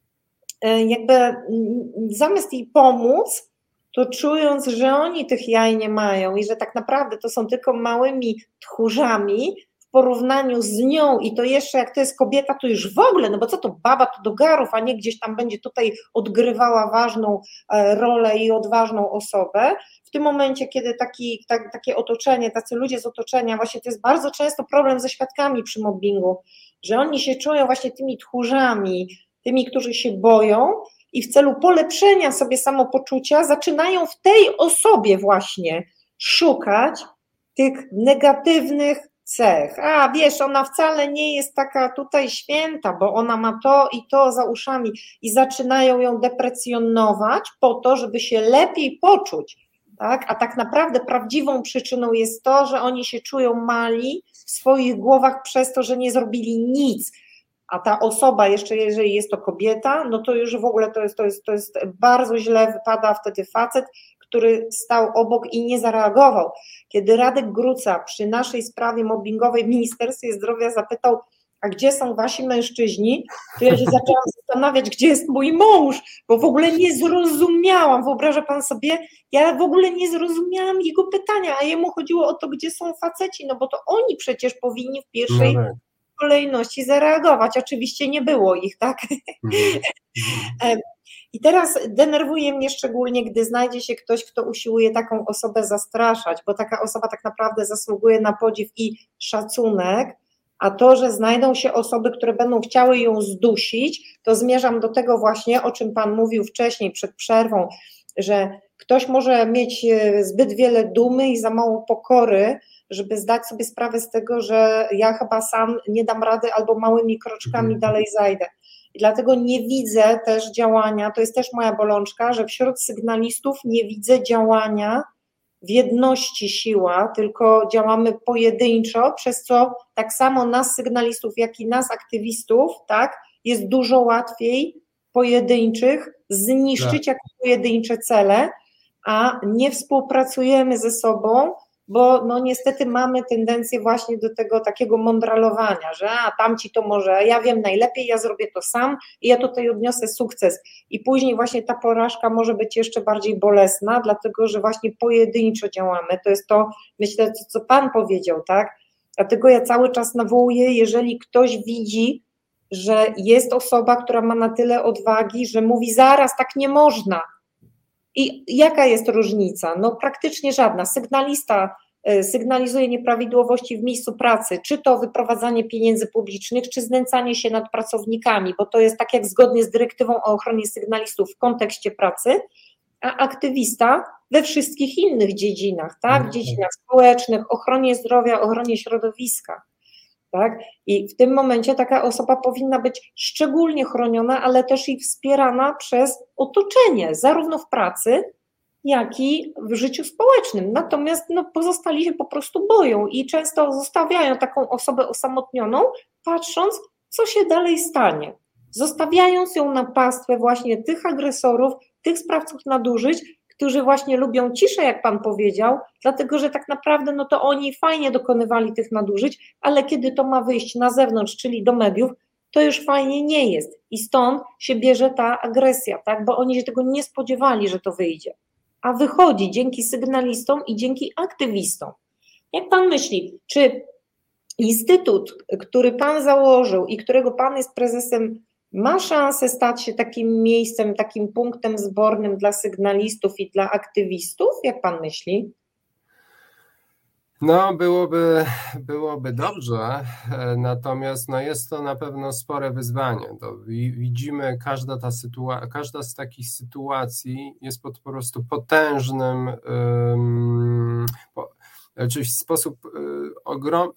jakby zamiast jej pomóc, to czując, że oni tych jaj nie mają i że tak naprawdę to są tylko małymi tchórzami w porównaniu z nią i to jeszcze jak to jest kobieta, to już w ogóle, no bo co to baba, to do garów, a nie gdzieś tam będzie tutaj odgrywała ważną rolę i odważną osobę. W tym momencie, kiedy taki, tak, takie otoczenie, tacy ludzie z otoczenia, właśnie to jest bardzo często problem ze świadkami przy mobbingu, że oni się czują właśnie tymi tchórzami, tymi, którzy się boją i w celu polepszenia sobie samopoczucia zaczynają w tej osobie właśnie szukać tych negatywnych cech. A wiesz, ona wcale nie jest taka tutaj święta, bo ona ma to i to za uszami i zaczynają ją deprecjonować po to, żeby się lepiej poczuć. Tak? A tak naprawdę prawdziwą przyczyną jest to, że oni się czują mali w swoich głowach przez to, że nie zrobili nic. A ta osoba, jeszcze jeżeli jest to kobieta, no to już w ogóle to jest, to jest, to jest bardzo źle wypada wtedy facet, który stał obok i nie zareagował. Kiedy Radek Gruca przy naszej sprawie mobbingowej w Ministerstwie Zdrowia zapytał, a gdzie są wasi mężczyźni, to ja się zaczęłam zastanawiać, gdzie jest mój mąż, bo w ogóle nie zrozumiałam, wyobraża pan sobie, ja w ogóle nie zrozumiałam jego pytania, a jemu chodziło o to, gdzie są faceci, no bo to oni przecież powinni w pierwszej no kolejności zareagować. Oczywiście nie było ich, tak? I teraz denerwuje mnie szczególnie, gdy znajdzie się ktoś, kto usiłuje taką osobę zastraszać, bo taka osoba tak naprawdę zasługuje na podziw i szacunek, a to, że znajdą się osoby, które będą chciały ją zdusić, to zmierzam do tego właśnie, o czym Pan mówił wcześniej przed przerwą, że ktoś może mieć zbyt wiele dumy i za mało pokory, żeby zdać sobie sprawę z tego, że ja chyba sam nie dam rady albo małymi kroczkami dalej zajdę. I dlatego nie widzę też działania, to jest też moja bolączka, że wśród sygnalistów nie widzę działania w jedności siła, tylko działamy pojedynczo, przez co tak samo nas sygnalistów, jak i nas aktywistów, tak, jest dużo łatwiej pojedynczych zniszczyć jako pojedyncze cele, a nie współpracujemy ze sobą, bo no niestety mamy tendencję właśnie do tego takiego mądralowania, że a tamci to może, ja wiem najlepiej, ja zrobię to sam i ja tutaj odniosę sukces i później właśnie ta porażka może być jeszcze bardziej bolesna, dlatego że właśnie pojedynczo działamy, to jest to, myślę, co, co Pan powiedział, tak, dlatego ja cały czas nawołuję, jeżeli ktoś widzi, że jest osoba, która ma na tyle odwagi, że mówi zaraz, tak nie można. I jaka jest różnica? No praktycznie żadna. Sygnalista sygnalizuje nieprawidłowości w miejscu pracy, czy to wyprowadzanie pieniędzy publicznych, czy znęcanie się nad pracownikami, bo to jest tak jak zgodnie z dyrektywą o ochronie sygnalistów w kontekście pracy, a aktywista we wszystkich innych dziedzinach, tak? W dziedzinach społecznych, ochronie zdrowia, ochronie środowiska. Tak? I w tym momencie taka osoba powinna być szczególnie chroniona, ale też i wspierana przez otoczenie, zarówno w pracy, jak i w życiu społecznym. Natomiast no, pozostali się po prostu boją i często zostawiają taką osobę osamotnioną, patrząc, co się dalej stanie. Zostawiając ją na pastwę właśnie tych agresorów, tych sprawców nadużyć, którzy właśnie lubią ciszę, jak Pan powiedział, dlatego że tak naprawdę no to oni fajnie dokonywali tych nadużyć, ale kiedy to ma wyjść na zewnątrz, czyli do mediów, to już fajnie nie jest i stąd się bierze ta agresja, tak? Bo oni się tego nie spodziewali, że to wyjdzie, a wychodzi dzięki sygnalistom i dzięki aktywistom. Jak Pan myśli, czy instytut, który Pan założył i którego Pan jest prezesem, ma szansę stać się takim miejscem, takim punktem zbornym dla sygnalistów i dla aktywistów? Jak Pan myśli? No, byłoby, byłoby dobrze, natomiast no jest to na pewno spore wyzwanie. To widzimy, każda, ta sytua- każda z takich sytuacji jest po prostu potężnym, um, po, czy w sposób ogrom,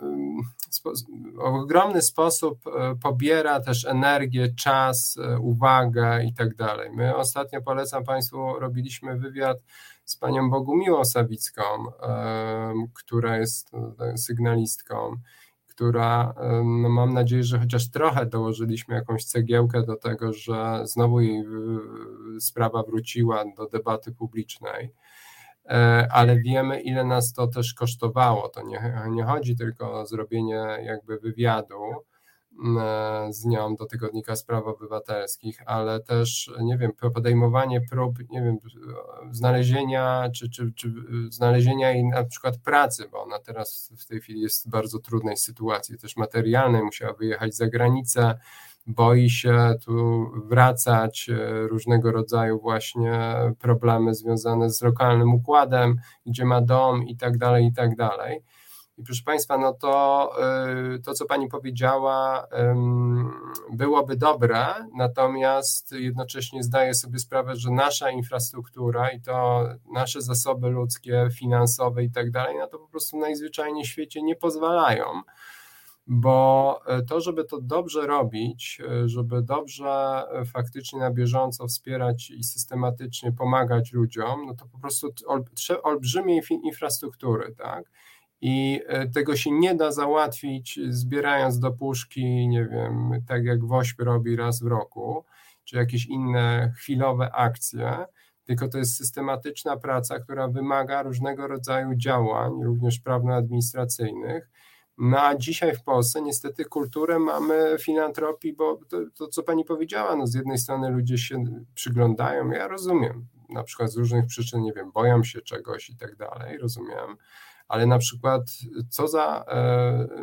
w ogromny sposób pobiera też energię, czas, uwagę i tak dalej. My ostatnio, polecam Państwu, robiliśmy wywiad z panią Bogumiłą Sawicką, która jest sygnalistką, która, no mam nadzieję, że chociaż trochę dołożyliśmy jakąś cegiełkę do tego, że znowu jej sprawa wróciła do debaty publicznej. Ale wiemy, ile nas to też kosztowało. To nie, nie chodzi tylko o zrobienie jakby wywiadu z nią do Tygodnika Spraw Obywatelskich, ale też, nie wiem, podejmowanie prób, nie wiem, znalezienia, czy, czy, czy znalezienia jej na przykład pracy, bo ona teraz w tej chwili jest w bardzo trudnej sytuacji, też materialnej, musiała wyjechać za granicę, boi się tu wracać, różnego rodzaju właśnie problemy związane z lokalnym układem, gdzie ma dom i tak dalej, i tak dalej. I proszę Państwa, no to, to co Pani powiedziała, byłoby dobre, natomiast jednocześnie zdaję sobie sprawę, że nasza infrastruktura i to nasze zasoby ludzkie, finansowe i tak dalej, na to po prostu najzwyczajniej w świecie nie pozwalają. Bo to, żeby to dobrze robić, żeby dobrze faktycznie na bieżąco wspierać i systematycznie pomagać ludziom, no to po prostu trzeba olbrzymiej infrastruktury, tak? I tego się nie da załatwić zbierając do puszki, nie wiem, tak jak WOŚP robi raz w roku, czy jakieś inne chwilowe akcje, tylko to jest systematyczna praca, która wymaga różnego rodzaju działań, również prawno-administracyjnych. No a dzisiaj w Polsce niestety kulturę mamy filantropii, bo to, to co Pani powiedziała, no z jednej strony ludzie się przyglądają, ja rozumiem, na przykład z różnych przyczyn, nie wiem, boją się czegoś i tak dalej, rozumiem, ale na przykład co za,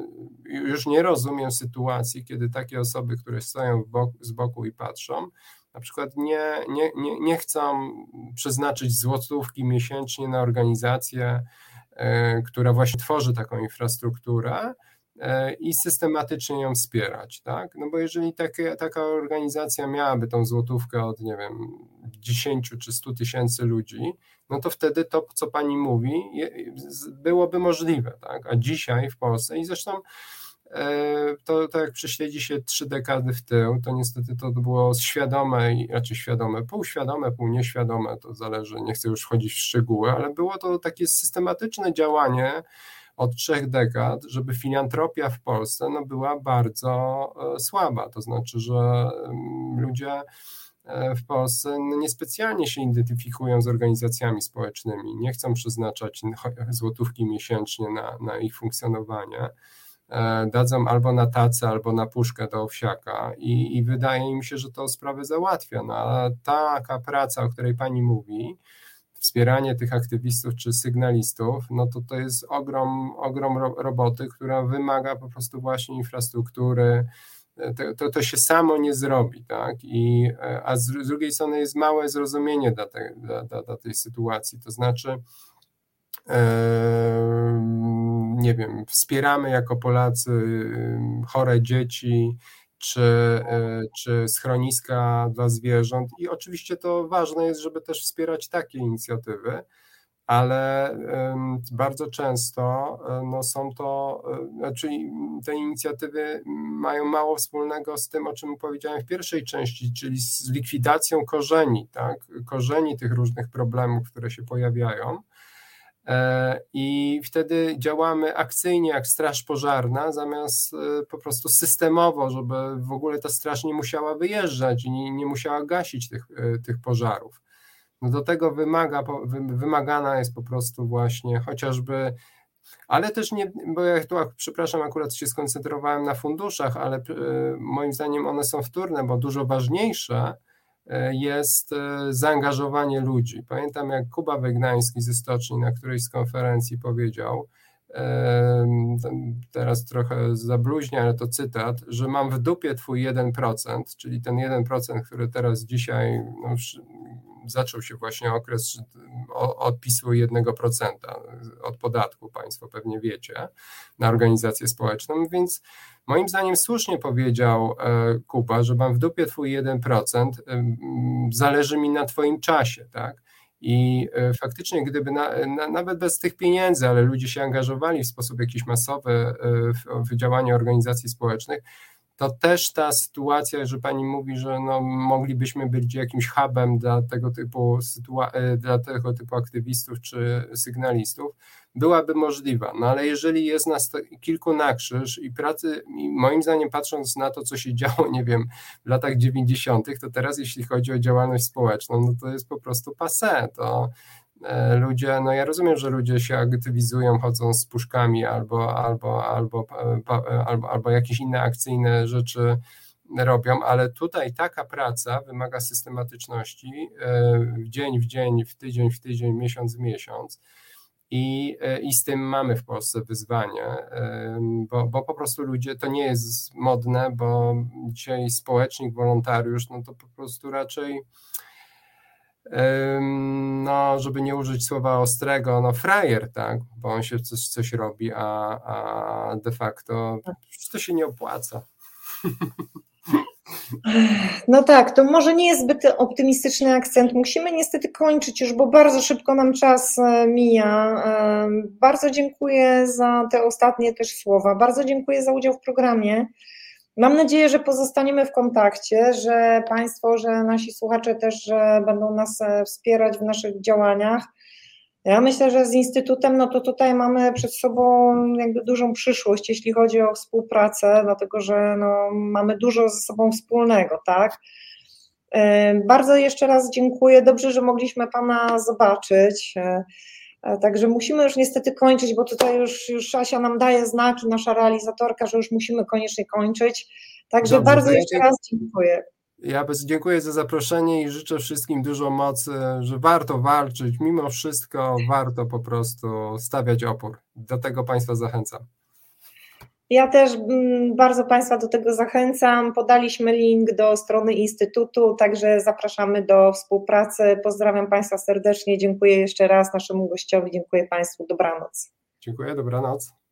już nie rozumiem sytuacji, kiedy takie osoby, które stoją w boku, z boku i patrzą, na przykład nie, nie, nie, nie chcą przeznaczyć złotówki miesięcznie na organizację, która właśnie tworzy taką infrastrukturę i systematycznie ją wspierać, tak? No bo jeżeli takie, taka organizacja miałaby tą złotówkę od, nie wiem, dziesięciu czy stu tysięcy ludzi, no to wtedy to, co pani mówi, byłoby możliwe, tak? A dzisiaj w Polsce i zresztą to, to jak prześledzi się trzy dekady w tył, to niestety to było świadome i raczej świadome, półświadome, pół nieświadome, to zależy, nie chcę już wchodzić w szczegóły, ale było to takie systematyczne działanie od trzech dekad, żeby filantropia w Polsce no, była bardzo słaba, to znaczy, że ludzie w Polsce no, niespecjalnie się identyfikują z organizacjami społecznymi, nie chcą przeznaczać złotówki miesięcznie na, na ich funkcjonowanie, dadzą albo na tacę, albo na puszkę do owsiaka i, i wydaje mi się, że to sprawę załatwia, no, a taka praca, o której pani mówi, wspieranie tych aktywistów czy sygnalistów, no to to jest ogrom, ogrom roboty, która wymaga po prostu właśnie infrastruktury, to, to, to się samo nie zrobi, tak? I, a z, z drugiej strony jest małe zrozumienie dla, te, dla, dla, dla tej sytuacji, to znaczy nie wiem, wspieramy jako Polacy chore dzieci, czy, czy schroniska dla zwierząt i oczywiście to ważne jest, żeby też wspierać takie inicjatywy, ale bardzo często no są to, znaczy te inicjatywy mają mało wspólnego z tym, o czym powiedziałem w pierwszej części, czyli z likwidacją korzeni, tak? Korzeni tych różnych problemów, które się pojawiają. I wtedy działamy akcyjnie jak straż pożarna, zamiast po prostu systemowo, żeby w ogóle ta straż nie musiała wyjeżdżać i nie, nie musiała gasić tych, tych pożarów. No do tego wymaga, wymagana jest po prostu właśnie chociażby, ale też nie, bo ja tu, przepraszam, akurat się skoncentrowałem na funduszach, ale moim zdaniem one są wtórne, bo dużo ważniejsze jest zaangażowanie ludzi. Pamiętam, jak Kuba Wegnański ze Stoczni na którejś z konferencji powiedział, teraz trochę zabluźnia, ale to cytat, że mam w dupie twój jeden procent, czyli ten jeden procent, który teraz dzisiaj no, zaczął się właśnie okres odpisu jednego procenta od podatku, państwo pewnie wiecie, na organizację społeczną, więc moim zdaniem słusznie powiedział Kuba, że mam w dupie twój jeden procent, zależy mi na twoim czasie, tak? I faktycznie gdyby na, na, nawet bez tych pieniędzy, ale ludzie się angażowali w sposób jakiś masowy w, w działanie organizacji społecznych, to też ta sytuacja, że pani mówi, że no, moglibyśmy być jakimś hubem dla tego typu sytua- dla tego typu aktywistów czy sygnalistów, byłaby możliwa. No ale jeżeli jest nas kilku na krzyż i pracy, i moim zdaniem patrząc na to, co się działo, nie wiem, w latach dziewięćdziesiątych, to teraz jeśli chodzi o działalność społeczną, no to jest po prostu passé. To ludzie, no ja rozumiem, że ludzie się aktywizują, chodzą z puszkami albo, albo, albo, albo, albo jakieś inne akcyjne rzeczy robią, ale tutaj taka praca wymaga systematyczności w dzień w dzień, w tydzień w tydzień, miesiąc w miesiąc. I, i z tym mamy w Polsce wyzwanie, bo, bo po prostu ludzie, to nie jest modne, bo dzisiaj społecznik, wolontariusz, no to po prostu raczej, no żeby nie użyć słowa ostrego, no frajer, tak, bo on się coś, coś robi, a, a de facto to się nie opłaca. No tak, to może nie jest zbyt optymistyczny akcent. Musimy niestety kończyć już, bo bardzo szybko nam czas mija. Bardzo dziękuję za te ostatnie też słowa. Bardzo dziękuję za udział w programie. Mam nadzieję, że pozostaniemy w kontakcie, że Państwo, że nasi słuchacze też że będą nas wspierać w naszych działaniach. Ja myślę, że z Instytutem, no to tutaj mamy przed sobą jakby dużą przyszłość, jeśli chodzi o współpracę, dlatego że no, mamy dużo ze sobą wspólnego, tak? Bardzo jeszcze raz dziękuję, dobrze, że mogliśmy Pana zobaczyć, także musimy już niestety kończyć, bo tutaj już, już Asia nam daje znaki, nasza realizatorka, że już musimy koniecznie kończyć, także Dobrze, bardzo jeszcze raz dziękuję. Ja dziękuję za zaproszenie i życzę wszystkim dużo mocy, że warto walczyć, mimo wszystko warto po prostu stawiać opór. Do tego Państwa zachęcam. Ja też mm, bardzo Państwa do tego zachęcam. Podaliśmy link do strony Instytutu, także zapraszamy do współpracy. Pozdrawiam Państwa serdecznie, dziękuję jeszcze raz naszemu gościowi, dziękuję Państwu, dobranoc. Dziękuję, dobranoc.